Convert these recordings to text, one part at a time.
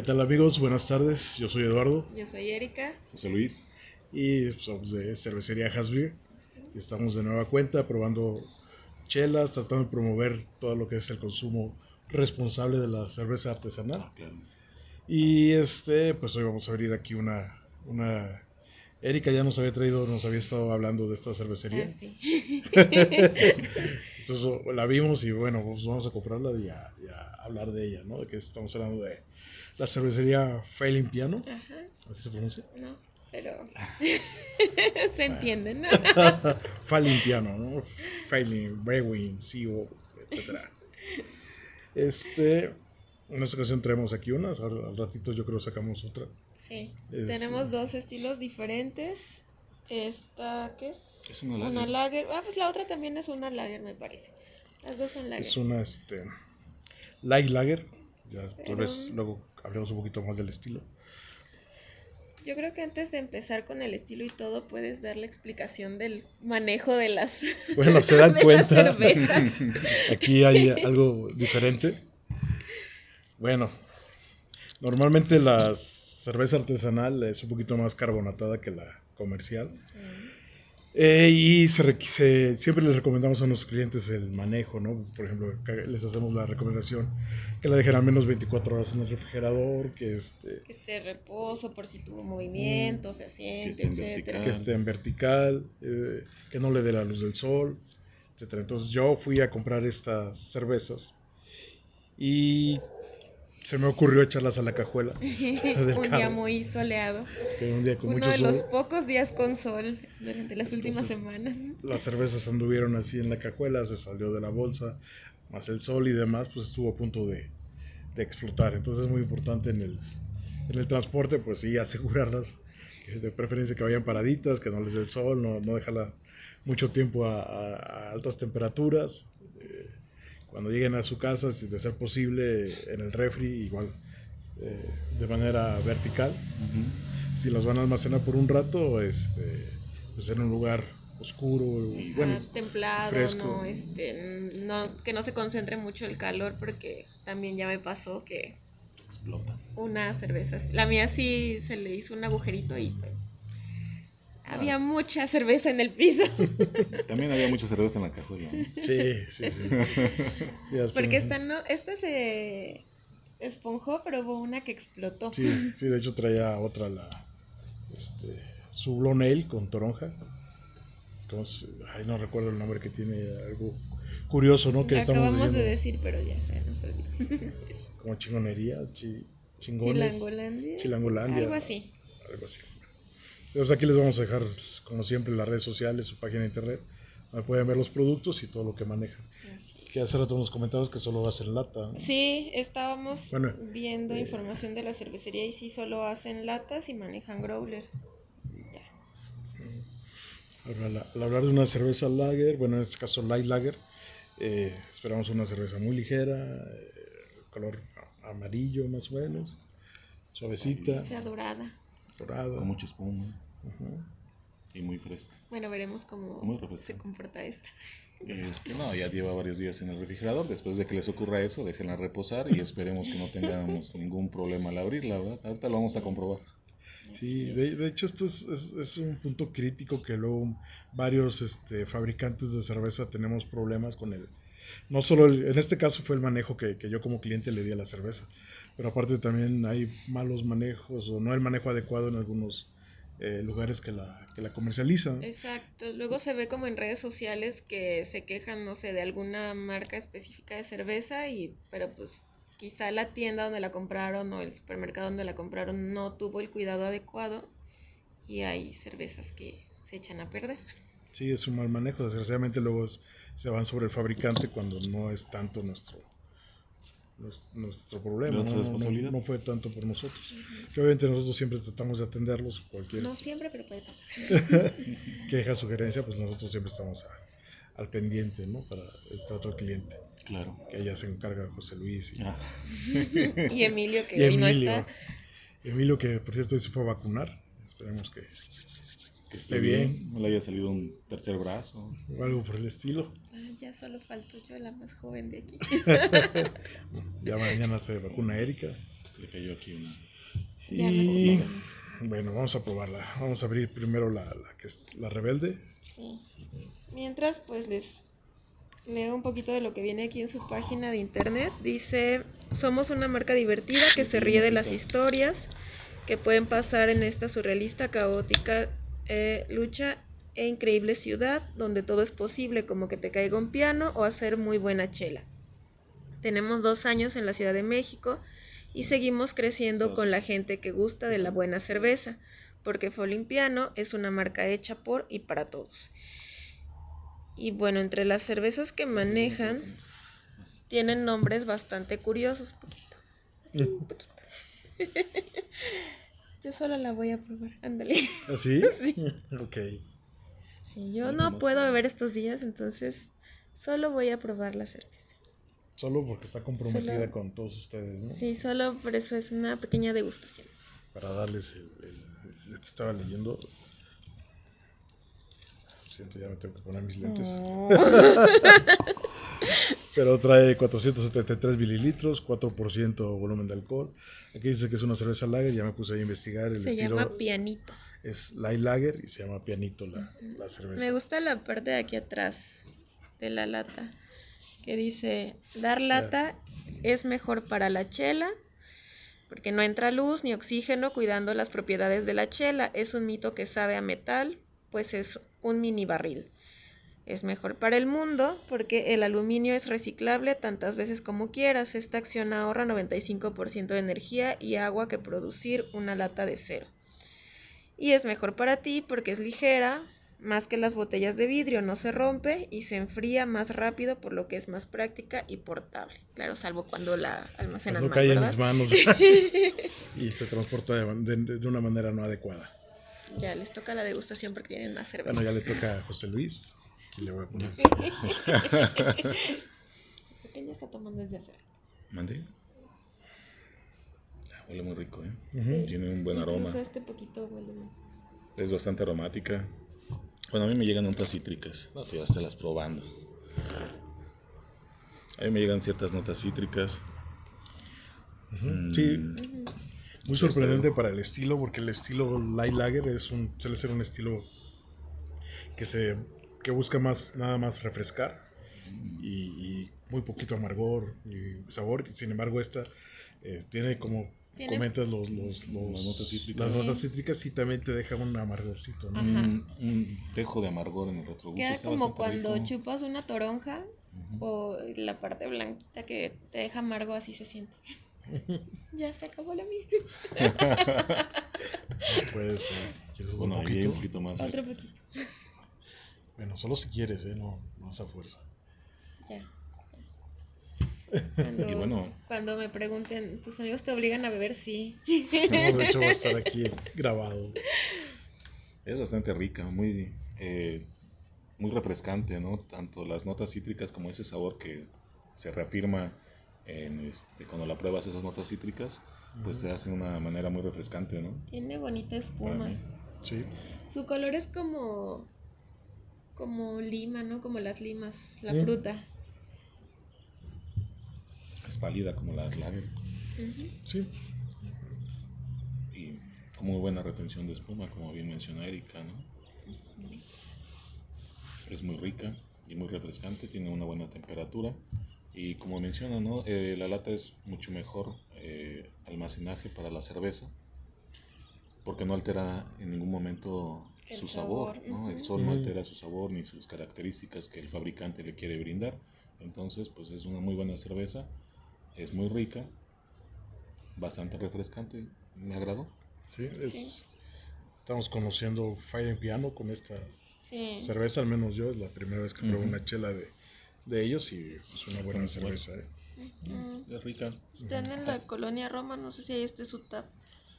tal amigos? Buenas tardes, yo soy Eduardo Yo soy Erika. José Luis. y somos de cervecería Hasbeer y estamos de nueva cuenta probando chelas, tratando de promover todo lo que es el consumo responsable de la cerveza artesanal. Claro. Y pues hoy vamos a abrir aquí una... Erika ya nos había estado hablando de esta cervecería. Sí. Entonces la vimos y bueno, pues vamos a comprarla y a hablar de ella, ¿no? De que estamos hablando de la cervecería Failing Piano, Ajá. ¿así se pronuncia? No, pero se entiende, ¿no? Failing Piano, ¿no? Failing, Brewing, CEO, etc. En esta ocasión traemos aquí unas, al ratito yo creo sacamos otra. Sí. Tenemos dos estilos diferentes. Esta, ¿qué es? Es una lager. Una lager. Ah, pues la otra también es una lager, me parece. Las dos son lagers. Es una light lager. Ya tal Pero vez luego hablemos un poquito más del estilo. yo creo que antes de empezar con el estilo y todo, puedes dar la explicación del manejo de las Bueno, se dan de cuenta. las cervezas. Aquí hay algo diferente. Bueno, normalmente la cerveza artesanal es un poquito más carbonatada que la comercial. Siempre les recomendamos a nuestros clientes el manejo, ¿no? Por ejemplo, les hacemos la recomendación que la dejen al menos 24 horas en el refrigerador, Que esté en reposo por si tuvo movimiento, se asiente, etcétera. Que esté en vertical, que no le dé la luz del sol, etcétera. Entonces yo fui a comprar estas cervezas y se me ocurrió echarlas a la cajuela del Un carro. día muy soleado. Un día con Uno mucho de sol. los pocos días con sol durante las últimas semanas. Las cervezas anduvieron así en la cajuela, se salió de la bolsa, más el sol y demás, pues estuvo a punto de explotar. Entonces es muy importante en el transporte, pues sí, asegurarlas, de preferencia que vayan paraditas, que no les dé el sol, no dejarla mucho tiempo a altas temperaturas. Cuando lleguen a su casa, si de ser posible, en el refri, igual de manera vertical. Si las van a almacenar por un rato, pues en un lugar oscuro y bueno, templado, fresco. Que no se concentre mucho el calor, porque también ya me pasó que Explota. una cerveza, la mía sí se le hizo un agujerito y había mucha cerveza en el piso. También había mucha cerveza en la cajuela, ¿no? Sí. Porque esta se esponjó, pero hubo una que explotó. Sí, de hecho traía otra, su Blonde Ale con toronja. No recuerdo el nombre que tiene, algo curioso, ¿no? Que Ya estamos acabamos de leyendo. decir, pero ya se nos olvidó. Como chingonería, chingones. Chilangolandia. Algo así. Entonces aquí les vamos a dejar, como siempre, las redes sociales, su página de internet, donde pueden ver los productos y todo lo que manejan. Que hace rato nos comentabas que solo hacen lata, ¿no? Sí, estábamos viendo información de la cervecería y sí solo hacen latas y manejan growler. Al hablar de una cerveza lager, bueno, en este caso light lager, esperamos una cerveza muy ligera, color amarillo más o menos, suavecita, sea dorada, con mucha espuma. Uh-huh. Y muy fresca. Bueno, veremos cómo se comporta esta. No, ya lleva varios días en el refrigerador. Después de que les ocurra eso, déjenla reposar y esperemos que no tengamos ningún problema al abrirla, ¿verdad? Ahorita lo vamos a comprobar. Sí, de hecho esto es un punto crítico que luego varios fabricantes de cerveza tenemos problemas con el... No solo, en este caso fue el manejo que yo como cliente le di a la cerveza, pero aparte también hay malos manejos o no el manejo adecuado en algunos lugares que la comercializan. Exacto, luego se ve como en redes sociales que se quejan, no sé, de alguna marca específica de cerveza, pero pues quizá la tienda donde la compraron o el supermercado donde la compraron no tuvo el cuidado adecuado y hay cervezas que se echan a perder. Sí, es un mal manejo, desgraciadamente luego se van sobre el fabricante cuando no es tanto nuestro problema, no fue tanto por nosotros. Que obviamente nosotros siempre tratamos de atenderlos, no siempre, pero puede pasar. Queja, sugerencia, pues nosotros siempre estamos al pendiente, ¿no? Para el trato al cliente. Claro. Que ella se encarga José Luis y Emilio, que hoy no está. Emilio, que por cierto hoy se fue a vacunar. Esperemos que esté bien. No le haya salido un tercer brazo. O algo por el estilo. Ya solo falto yo, la más joven de aquí. Ya mañana se vacuna Erika. Se le cayó aquí una. Ya Y no. bueno, vamos a probarla. Vamos a abrir primero la que es la Rebelde. Sí. Mientras, pues les leo un poquito de lo que viene aquí en su página de internet. Dice, somos una marca divertida que se ríe de las historias que pueden pasar en esta surrealista, caótica lucha e increíble ciudad donde todo es posible, como que te caiga un piano o hacer muy buena chela. Tenemos 2 años en la Ciudad de México y seguimos creciendo con la gente que gusta de la buena cerveza, porque Falling Piano es una marca hecha por y para todos. Y bueno, entre las cervezas que manejan, tienen nombres bastante curiosos, poquito. Así, un poquito. Yo solo la voy a probar, ándale. ¿Así? Sí. Ok. Sí, yo no puedo beber estos días, entonces solo voy a probar la cerveza. Solo porque está comprometida Solo- con todos ustedes, ¿no? Sí, solo por eso es una pequeña degustación. Para darles lo que estaba leyendo. Siento, ya me tengo que poner mis lentes. Oh. Pero trae 473 mililitros, 4% volumen de alcohol. Aquí dice que es una cerveza lager, ya me puse a investigar. El Se estilo llama pianito. es light lager y se llama pianito la cerveza. Me gusta la parte de aquí atrás de la lata, que dice, dar lata es mejor para la chela, porque no entra luz ni oxígeno cuidando las propiedades de la chela. Es un mito que sabe a metal, pues es un mini barril. Es mejor para el mundo porque el aluminio es reciclable tantas veces como quieras. Esta acción ahorra 95% de energía y agua que producir una lata de cero. Y es mejor para ti porque es ligera, más que las botellas de vidrio, no se rompe y se enfría más rápido, por lo que es más práctica y portable. Claro, salvo cuando la almacenas Cuando mal, cae en ¿verdad? mis manos y se transporta de una manera no adecuada. Ya les toca la degustación porque tienen más cerveza. Bueno, ya le toca a José Luis. Aquí le voy a poner. Pequeña está tomando desde hace rato. ¿Mande? Huele muy rico, ¿eh? Ujú. Tiene un buen aroma. Incluso este poquito huele bien. Es bastante aromática. Bueno, a mí me llegan notas cítricas. No, tú ya las probando. A mí me llegan ciertas notas cítricas. Sí, Ujú. muy sorprendente para el estilo, porque el estilo light lager suele ser un estilo que busca nada más refrescar y muy poquito amargor y sabor. Sin embargo, esta tiene como Tiene- comentas Las notas cítricas. las notas Sí. cítricas y también te deja un amargorcito, ¿no? Ajá. Un dejo de amargor en el retrogusto. Queda Está como bastante cuando rico. chupas una toronja Ujú. o la parte blanquita que te deja amargo, así se siente. Ya se acabó la mía. Pues, ¿quieres otro Bueno, ahí hay un poquito? poquito más. Otro poquito. Bueno, solo si quieres, no es a fuerza. Ya. Cuando, Y bueno. cuando me pregunten, ¿tus amigos te obligan a beber? Sí. No, de hecho va a estar aquí grabado. Es bastante rica, muy refrescante, ¿no? Tanto las notas cítricas como ese sabor que se reafirma cuando la pruebas esas notas cítricas, pues te hacen una manera muy refrescante, ¿no? Tiene bonita Para espuma. mí. Sí, Su color es como lima, ¿no? Como las limas, la Mm. fruta. Es pálida como las lager Ujú. sí. y con muy buena retención de espuma, como bien mencionó Erika, ¿no? Es muy rica y muy refrescante, tiene una buena temperatura y como menciona, ¿no? La lata es mucho mejor almacenaje para la cerveza porque no altera en ningún momento El su sabor, sabor, ¿no? El ujú. sol no altera su sabor ni sus características que el fabricante le quiere brindar. Entonces, pues es una muy buena cerveza, es muy rica, bastante refrescante, me agradó. Sí, estamos conociendo Fire Piano con esta Sí. cerveza, al menos yo, es la primera vez que pruebo Ujú. una chela de ellos y es una buena Está muy cerveza. Ujú. Es rica. Están en la colonia Roma, no sé si ahí esté su tap.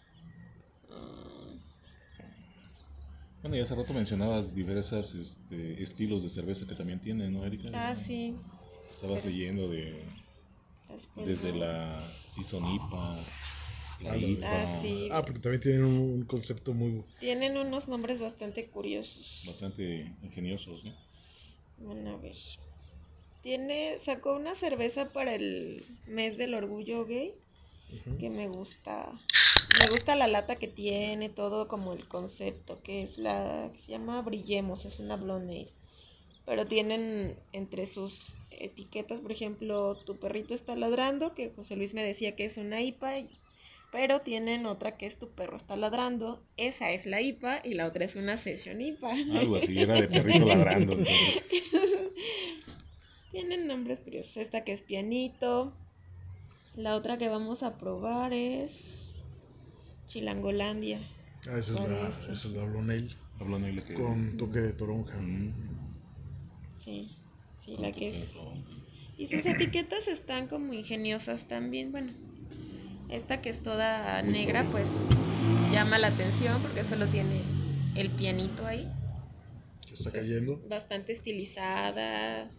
Bueno, y hace rato mencionabas diversas estilos de cerveza que también tienen, ¿no, Erika? Ah, sí. Estabas leyendo desde la Season IPA, la Ah, IPA, Ah, sí. Porque también tienen un concepto muy... Tienen unos nombres bastante curiosos. bastante ingeniosos, ¿no? Bueno, a ver. Sacó una cerveza para el mes del orgullo gay Ujú. que me gusta. Me gusta la lata que tiene, todo como el concepto, que es la que se llama Brillemos, es una blonde ale. Pero tienen entre sus etiquetas, por ejemplo, Tu perrito está ladrando, que José Luis me decía que es una IPA, pero tienen otra que es Tu perro está ladrando, esa es la IPA y la otra es una Session IPA. Algo así, era de perrito ladrando. Entonces, Tienen nombres curiosos, esta que es pianito, la otra que vamos a probar es Chilangolandia, Esa parece. es la Blonde Ale hablando de lo que. con toque de toronja. Mm, Sí, sí, con la tu que es. perro. Y sus etiquetas están como ingeniosas también. Bueno, esta que es toda Muy negra, suave. pues llama la atención porque solo tiene el pianito ahí. Que está Pues, cayendo. es bastante estilizada.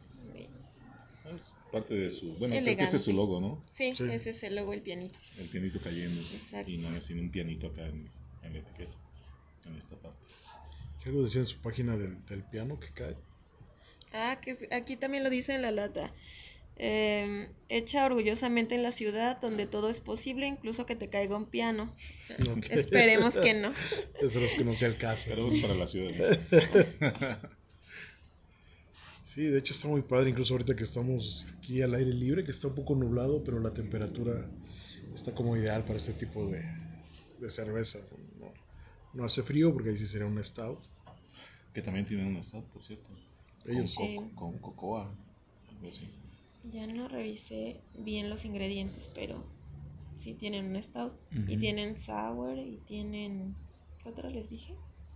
Es parte de su. Bueno, creo que Elegante. ese es su logo, ¿no? Sí, Sí. ese es el logo, el pianito. El pianito cayendo. Exacto. Y no es sino un pianito acá en la etiqueta. En esta parte. ¿Qué algo decía en su página del piano que cae? Ah, aquí también lo dice en la lata. Hecha orgullosamente en la ciudad donde todo es posible, incluso que te caiga un piano. Ok. Esperemos que no. Esperemos que no sea el caso. Pero es para la ciudad de México. Sí, de hecho está muy padre, incluso ahorita que estamos aquí al aire libre, que está un poco nublado, pero la temperatura está como ideal para este tipo de cerveza. No, no hace frío porque ahí sí sería un stout. Que también tienen un stout, por cierto. Ellos. Sí. Con cocoa. Algo así. Ya no revisé bien los ingredientes, pero sí tienen un stout. Y Ujú. tienen sour y tienen... ¿Qué otra les dije?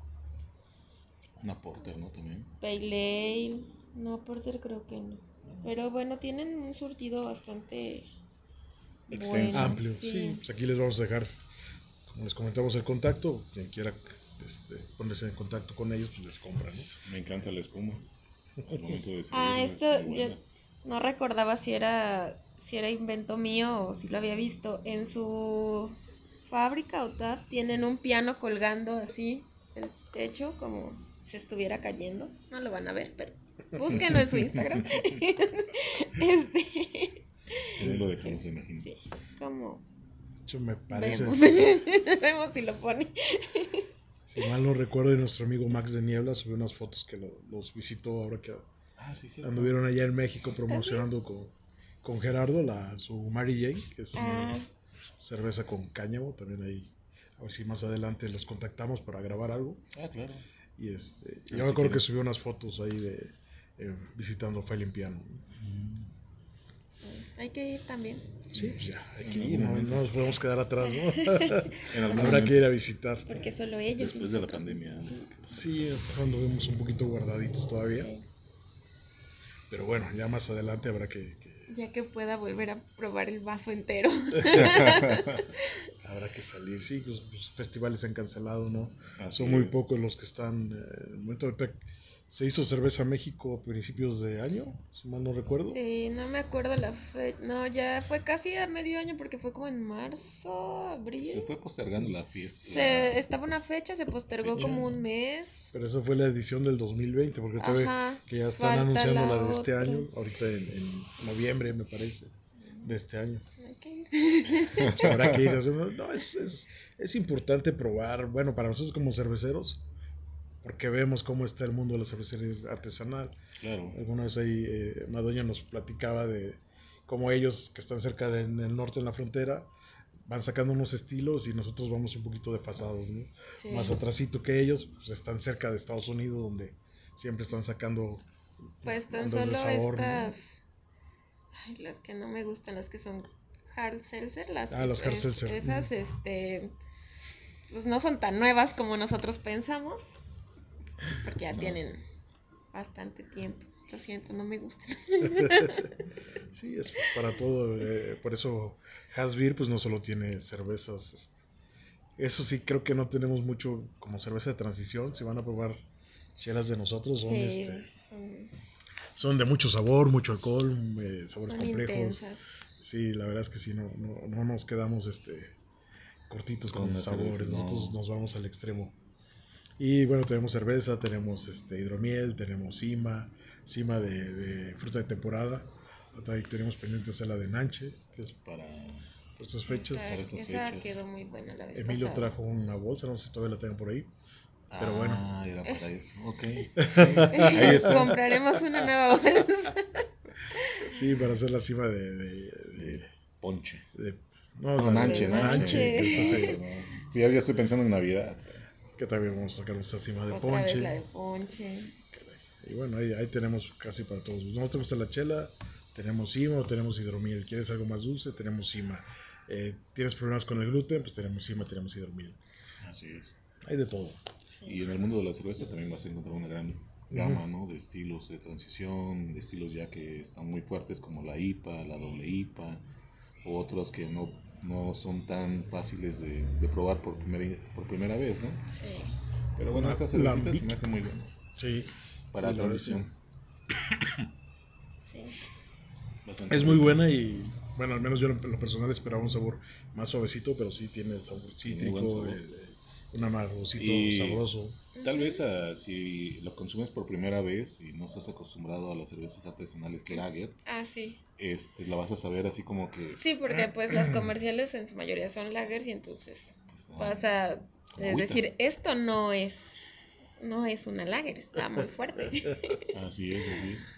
Una porter, ¿no? También. Pale ale. No, porter creo que no. Pero bueno, tienen un surtido bastante Extenso. bueno. Amplio, sí. Pues aquí les vamos a dejar, como les comentamos, el contacto. Quien quiera ponerse en contacto con ellos, pues les compra, ¿no? Me encanta la espuma. Al momento de Ah, servirla, esto es muy yo buena. no recordaba si era invento mío o si lo había visto. En su fábrica o tap tienen un piano colgando así del techo como si estuviera cayendo. No lo van a ver, pero búsquenlo en su Instagram. Este, Si no lo dejamos de imaginar. sí, es como De hecho, me parece, vemos, vemos si lo pone. si mal no recuerdo, de nuestro amigo Max de Niebla subió unas fotos que los visitó ahora que Ah, sí, sí. anduvieron allá en México promocionando con Gerardo su Mary Jane, que es una Ah, cerveza con cáñamo. También ahí, a ver si más adelante los contactamos para grabar algo. Ah, claro. Y yo sí me acuerdo quieren. que subió unas fotos ahí de visitando Fighting Piano. sí, hay que ir también. Sí, pues ya, hay que En ir, algún no nos podemos quedar atrás, ¿no? En algún Habrá momento, que ir a visitar. Porque solo ellos. y después de la nosotros no. pandemia. Sí, anduvimos un poquito guardaditos todavía. Sí. Pero bueno, ya más adelante habrá Ya que pueda volver a probar el vaso entero. habrá que salir. Sí, los festivales se han cancelado, ¿no? Así Son muy es. pocos los que están. En el momento ahorita se hizo Cerveza México a principios de año, si mal no recuerdo. Sí, no me acuerdo la fecha. No, ya fue casi a medio año porque fue como en marzo, abril. Se fue postergando la fiesta. Estaba una fecha, se postergó Fecha. como un mes. Pero esa fue la edición del 2020, porque todavía Ajá, que ya están falta anunciando la la de este otra. año, ahorita en noviembre, me parece, de este año. Hay que ir. Pues habrá que ir a hacer no, es importante probar, bueno, para nosotros como cerveceros, porque vemos cómo está el mundo de la cervecería artesanal. Claro. Alguna vez ahí Madoña nos platicaba de cómo ellos que están cerca en el norte, en la frontera, van sacando unos estilos y nosotros vamos un poquito desfasados, ¿no? Sí. Más atrasito que ellos, pues están cerca de Estados Unidos, donde siempre están sacando Pues tan ondas de solo sabor, ¿no? estas. Ay, las que no me gustan, las que son hard seltzer, Los hard seltzer. esas, pues no son tan nuevas como nosotros pensamos, porque ya No. tienen bastante tiempo. Lo siento, no me gustan. Sí, es para todo. Por eso Hasbir pues no solo tiene cervezas. Eso sí, creo que no tenemos mucho como cerveza de transición. Si van a probar chelas de nosotros, Sí, son de mucho sabor, mucho alcohol, sabores son complejos. intensas. Sí, la verdad es que sí, no nos quedamos cortitos con Con los una sabores. cerveza, no. Nosotros nos vamos al extremo. Y bueno, tenemos cerveza, tenemos hidromiel, tenemos cima de fruta de temporada. Ahí tenemos pendiente hacer la de Nanche, que es Para por estas fechas. Para esas Esa fechas. quedó muy buena la vez Emilio pasada. trajo una bolsa, no sé si todavía la tengo por ahí. Pero bueno. Ah, era para eso. Ok. Sí, ahí está. Compraremos una nueva bolsa. Sí, para hacer la cima de Ponche. no, No, la Nanche, de Nanche. que es así, Perdón. Sí, ya estoy pensando en Navidad. que también vamos a sacar esta cima de Otra ponche. vez la de ponche. Sí, caray. Y bueno, ahí tenemos casi para todos. ¿No te gusta la chela? Tenemos cima o tenemos hidromiel. ¿Quieres algo más dulce? Tenemos cima. ¿Tienes problemas con el gluten? Pues tenemos cima, tenemos hidromiel. Así es. Hay de todo. Y en el mundo de la cerveza también vas a encontrar una gran gama, ¿no? De estilos de transición, de estilos ya que están muy fuertes como la IPA, la doble IPA, o otros que no son tan fáciles de probar por primera vez, ¿no? Sí. Pero bueno, esta cervecita se me hace muy buena Sí. para sí, la verdad, transición. Sí. Bastante Es muy rica. buena y, bueno, al menos yo en lo personal esperaba un sabor más suavecito, pero sí tiene el sabor Tiene buen cítrico, sabor. un amargocito Y sabroso. Tal vez si lo consumes por primera vez y no estás acostumbrado a las cervezas artesanales lager, Ah, sí. la vas a saber así como que Sí, porque pues las comerciales en su mayoría son lagers y entonces pues, vas a como agüita. decir, esto no es una lager, está muy fuerte. Así es.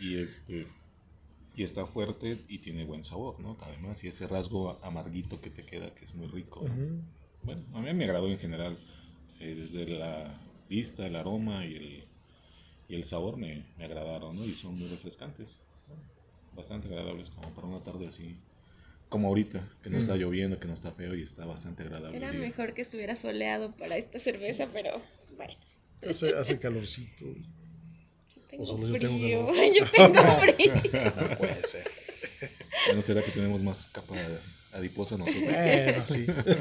Y está fuerte y tiene buen sabor, ¿no? Además, y ese rasgo amarguito que te queda, que es muy rico, ¿no? Ujú. Bueno, a mí me agradó en general, desde la vista, el aroma y el sabor me agradaron, ¿no? Y son muy refrescantes, ¿no? Bastante agradables como para una tarde así, como ahorita, que no está lloviendo, que no está feo y está bastante agradable. Era el día. mejor que estuviera soleado para esta cerveza, pero bueno, Hace calorcito. yo tengo solo yo frío, tengo calor. yo tengo frío. No puede ser. Bueno, será que tenemos más capa adiposa nosotros. Bueno, sí.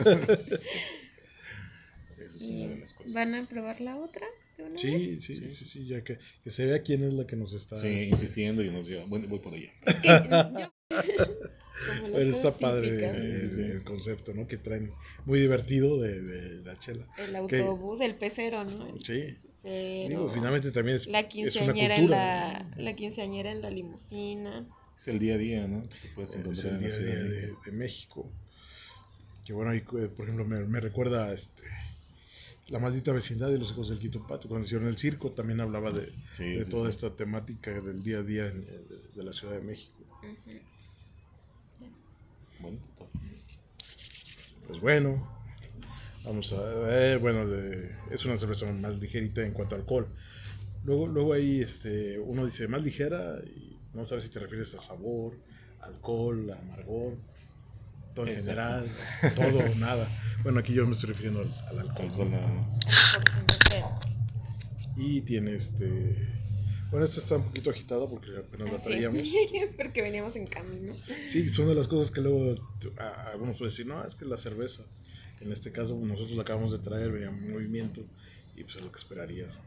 Esa es una de las cosas. ¿Van a probar la otra de una Sí, vez? sí, ya que se vea quién es la que nos está. Sí, insistiendo y nos lleva. Bueno, voy por allá. Es que yo, como las Pero está cosas padre típicas, el concepto, ¿no? Que traen muy divertido de la chela. el Que- autobús, el pecero, ¿no? El Sí. pecero, Digo, finalmente también es la una quinceañera cultura. la quinceañera en la limusina. Es el día a día, ¿no? Que puedes Es encontrar el en la día a Ciudad día de México. de México. Que bueno, ahí, por ejemplo, me recuerda La maldita vecindad de los hijos del Quito Pato. Cuando hicieron el circo también hablaba de Sí, toda esta temática del día a día de la Ciudad de México. Ujú. Bueno, total. Pues bueno, vamos a ver, bueno, es una cerveza más ligerita en cuanto a alcohol. Luego ahí uno dice más ligera y no sabes si te refieres a sabor, alcohol, amargor, todo en Exacto. general, todo o nada. Bueno, aquí yo me estoy refiriendo al alcohol. Alcohol nada más. Por ejemplo, Y tiene bueno, esta está un poquito agitada porque apenas la así, traíamos. porque veníamos en camino. Sí, son de las cosas que luego algunos pueden decir, no, es que la cerveza, en este caso nosotros la acabamos de traer, venía en movimiento y pues es lo que esperarías.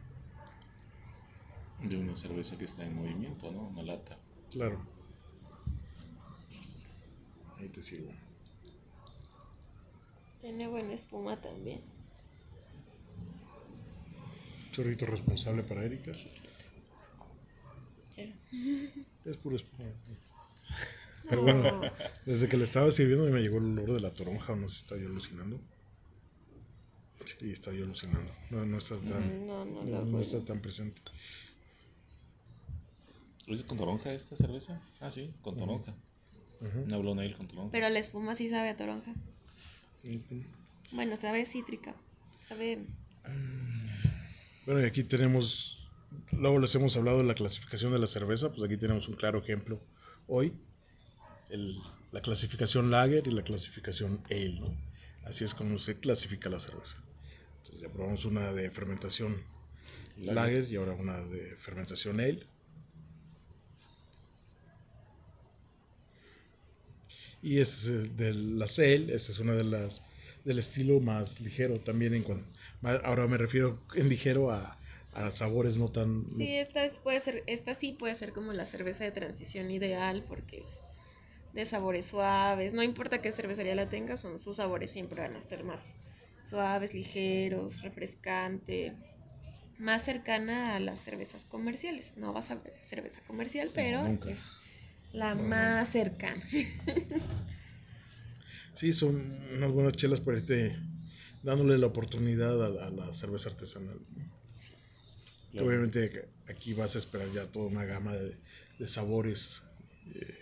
De una cerveza que está en movimiento, ¿no? Una lata. Claro. Ahí te sirvo. Tiene buena espuma también. Chorrito responsable para Erika. Ya. Es puro espuma. Pero bueno, desde que le estaba sirviendo me llegó el olor de la toronja, o no sé si estaba yo alucinando. Sí, estaba yo alucinando. No está tan, no está tan presente. ¿Es con toronja esta cerveza? Ah, sí, con toronja. Ujú. Una Blonde Ale con toronja. Pero la espuma sí sabe a toronja. Ujú. Bueno, sabe cítrica. Sabe. Bueno, y aquí tenemos, luego les hemos hablado de la clasificación de la cerveza, pues aquí tenemos un claro ejemplo hoy, la clasificación lager y la clasificación ale, ¿no? Así es como se clasifica la cerveza. Entonces ya probamos una de fermentación lager y ahora una de fermentación ale. Y de las ale, esta es una de las del estilo más ligero también ahora me refiero en ligero a sabores no tan Sí, esta sí puede ser como la cerveza de transición ideal porque es de sabores suaves. No importa qué cervecería la tenga, sus sabores siempre van a ser más suaves, ligeros, refrescante, más cercana a las cervezas comerciales. No vas a ver cerveza comercial, pero nunca. es la más cercana. Sí, son unas buenas chelas para irte dándole la oportunidad a la cerveza artesanal. Que Claro. obviamente aquí vas a esperar ya toda una gama de sabores eh,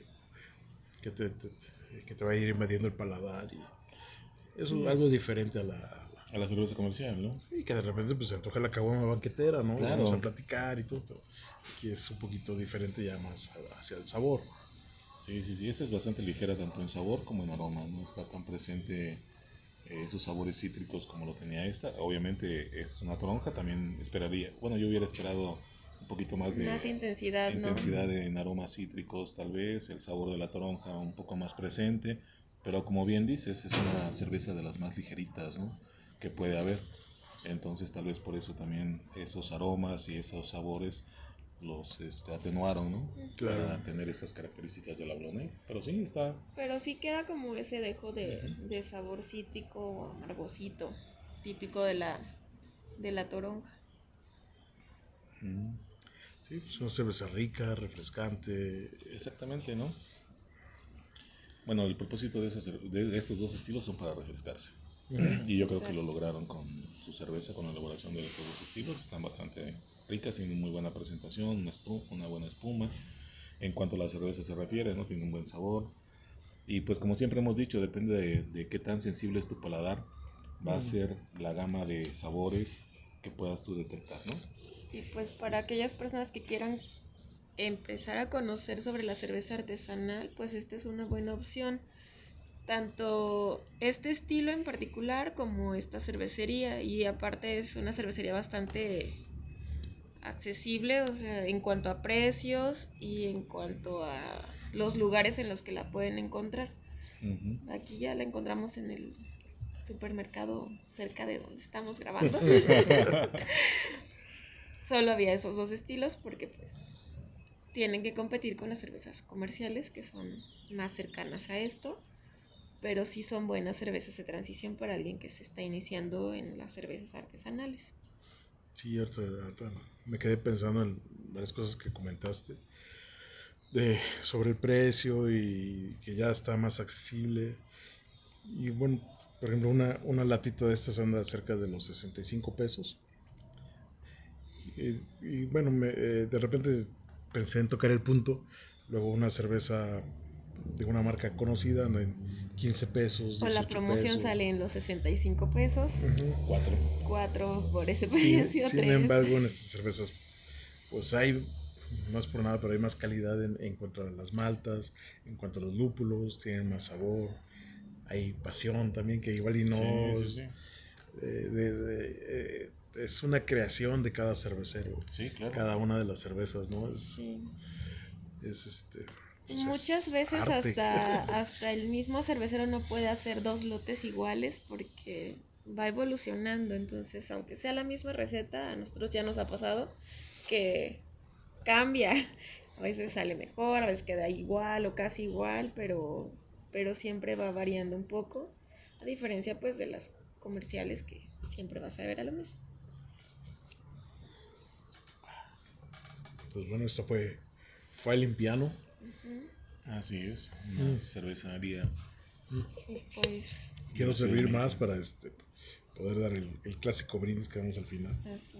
que te va a ir invadiendo el paladar. Y es Sí, algo es diferente a la cerveza comercial, ¿no? y que de repente pues se antoja la caguama banquetera, ¿no? Claro. Vamos a platicar y todo, pero aquí es un poquito diferente ya más hacia el sabor. Sí, sí, sí. Esta es bastante ligera tanto en sabor como en aroma. No está tan presente esos sabores cítricos como lo tenía esta. Obviamente es una toronja, también esperaría. Bueno, yo hubiera esperado un poquito más de Más intensidad, ¿no? intensidad en aromas cítricos, tal vez. El sabor de la toronja un poco más presente. Pero como bien dices, es una cerveza de las más ligeritas, ¿no? Que puede haber. Entonces tal vez por eso también esos aromas y esos sabores los atenuaron, ¿no? Claro. Para tener esas características de la Blonde. Pero sí, está. Pero sí queda como ese dejo de sabor cítrico o amargosito, típico de la toronja. Mm, Sí, pues una cerveza rica, refrescante. exactamente, ¿no? Bueno, el propósito de estos dos estilos son para refrescarse. Y yo creo que lo lograron con su cerveza, con la elaboración de estos dos estilos. Están bastante ricas, tienen muy buena presentación, una buena espuma. En cuanto a la cerveza se refiere, ¿no? Tiene un buen sabor. Y pues como siempre hemos dicho, depende de qué tan sensible es tu paladar, va a ser la gama de sabores que puedas tú detectar, ¿no? Y pues para aquellas personas que quieran empezar a conocer sobre la cerveza artesanal, pues esta es una buena opción. Tanto este estilo en particular como esta cervecería. Y aparte es una cervecería bastante accesible, o sea, en cuanto a precios y en cuanto a los lugares en los que la pueden encontrar. Ujú. Aquí ya la encontramos en el supermercado cerca de donde estamos grabando. Solo había esos dos estilos porque pues tienen que competir con las cervezas comerciales que son más cercanas a esto, pero sí son buenas cervezas de transición para alguien que se está iniciando en las cervezas artesanales. Sí, ahorita me quedé pensando en varias cosas que comentaste sobre el precio y que ya está más accesible. Y bueno, por ejemplo, una latita de estas anda cerca de los 65 pesos. Y bueno, de repente pensé en tocar el punto. Luego una cerveza de una marca conocida anda en 15 pesos, Con la 18 promoción pesos. sale en los 65 pesos. Ujú. 4 por ese Sin, precio, sin 3. embargo, en estas cervezas, pues hay, no es por nada, pero hay más calidad en cuanto a las maltas, en cuanto a los lúpulos, tienen más sabor, hay pasión también, que igual y no Sí, sí, sí. es una creación de cada cervecero, Sí, claro. cada una de las cervezas, ¿no? Sí. Es pues Muchas es veces arte. hasta el mismo cervecero no puede hacer dos lotes iguales porque va evolucionando. Entonces, aunque sea la misma receta, a nosotros ya nos ha pasado que cambia. A veces sale mejor, a veces queda igual o casi igual, pero siempre va variando un poco. A diferencia pues de las comerciales que siempre vas a ver a lo mismo. Pues bueno, esto fue Limpiano. Así es, una cervecería. Y pues Quiero Sí, servir México. más para poder dar el clásico brindis que damos al final. así.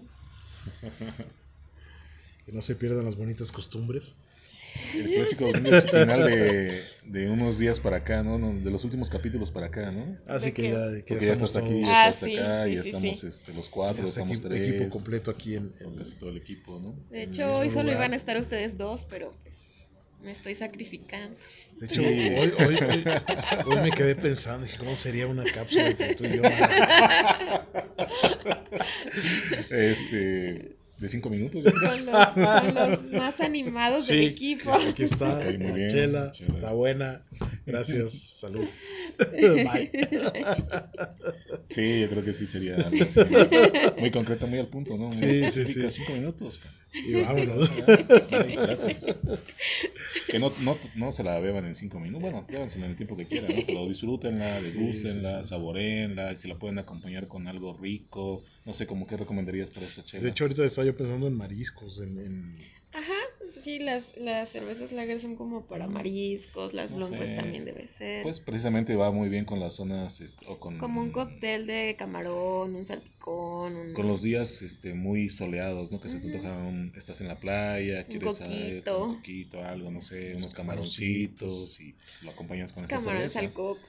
Que no se pierdan las bonitas costumbres. El clásico brindis final de unos días para acá, ¿no? De los últimos capítulos para acá, ¿no? Así ¿De que qué? ya Porque ya estamos estás aquí, todos, ya estás sí, acá, sí, ya sí, estamos sí. los cuatro, ya está estamos equipo tres, completo aquí o casi todo el equipo, ¿no? De en el hecho, hoy mismo solo lugar. iban a estar ustedes dos, pero pues me estoy sacrificando. De hecho, Sí. hoy me quedé pensando, dije, ¿cómo sería una cápsula entre tú y yo? De 5 minutos, yo creo. Con los más animados del Sí, equipo. aquí está, Ok, muy la bien, chela, chela. está buena. Gracias, salud. Bye. Sí, yo creo que sí sería algo así, muy concreto, muy al punto, ¿no? Sí, sí, sí. 5 minutos. Y vámonos. Ay, gracias. Que no se la beban en 5 minutos. Bueno, bébensela en el tiempo que quieran, ¿no? Pero disfrútenla, degústenla, sí. saboreenla. Si la pueden acompañar con algo rico. No sé, ¿cómo qué recomendarías para esta chela? De hecho, ahorita estaba yo pensando en mariscos, Ajá, Sí, las cervezas lager son como para mariscos, las No blondes pues sé. también debe ser. Pues precisamente va muy bien con las zonas o Como un cóctel de camarón, un salpicón, con los días muy soleados, ¿no? Que se te Ujú. antoja estás en la playa, quieres salir con un coquito. coquito, algo, no sé, unos camaroncitos. camaroncitos y pues, lo acompañas con esa Camarones cerveza. al coco.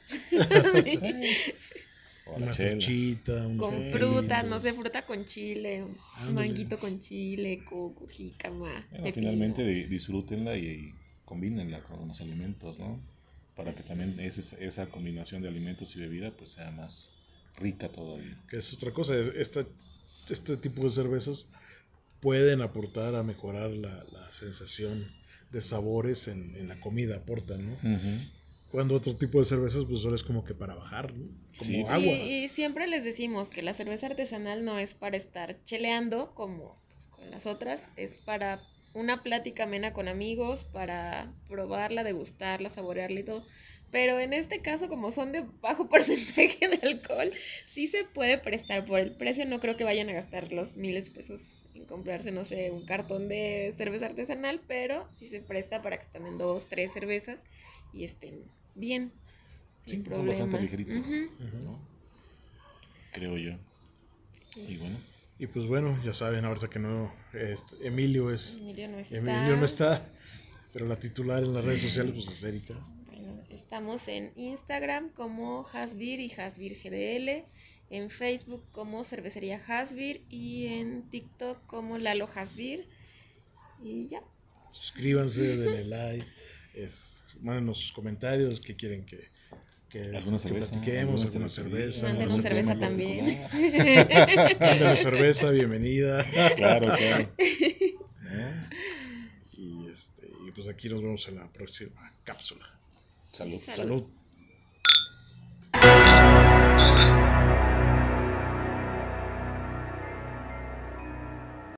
O a la Una chela. truchita, unos Con Sí, fruta, papelitos. no sé, fruta con chile, Ándale. manguito con chile, coco, jícama, Bueno, pepino. finalmente disfrútenla y combínenla con los alimentos, ¿no? Para que Así también es. esa combinación de alimentos y bebida pues sea más rica todavía. Que es otra cosa, este tipo de cervezas pueden aportar a mejorar la sensación de sabores en la comida, aportan, ¿no? Ujú. Cuando otro tipo de cervezas, pues solo es como que para bajar, ¿no? Como Sí. agua. Y siempre les decimos que la cerveza artesanal no es para estar cheleando como pues, con las otras, es para una plática amena con amigos, para probarla, degustarla, saborearla y todo. Pero en este caso, como son de bajo porcentaje de alcohol, sí se puede prestar por el precio. No creo que vayan a gastar los miles de pesos en comprarse, no sé, un cartón de cerveza artesanal, pero sí se presta para que se tomen 2, 3 cervezas y estén bien, sin Sí, son bastante problema. ligeritas, Ujú. ¿no? Creo yo. Y bueno, Y pues bueno, ya saben, ahorita que no, Emilio Emilio no está, pero la titular en las Sí. redes sociales pues es Erika. Bueno, estamos en Instagram como Hasbir y Hasbir GDL, en Facebook como Cervecería Hasbir y en TikTok como Lalo Hasbir. Y ya. Suscríbanse, denle like, mándenos sus comentarios, qué quieren alguna que cerveza, platiquemos, alguna cervecería, cerveza, Mándenos algún cerveza tema en también. particular. Mándenos cerveza, bienvenida. Claro, claro. Y pues aquí nos vemos en la próxima cápsula. Salud. Salud. Salud.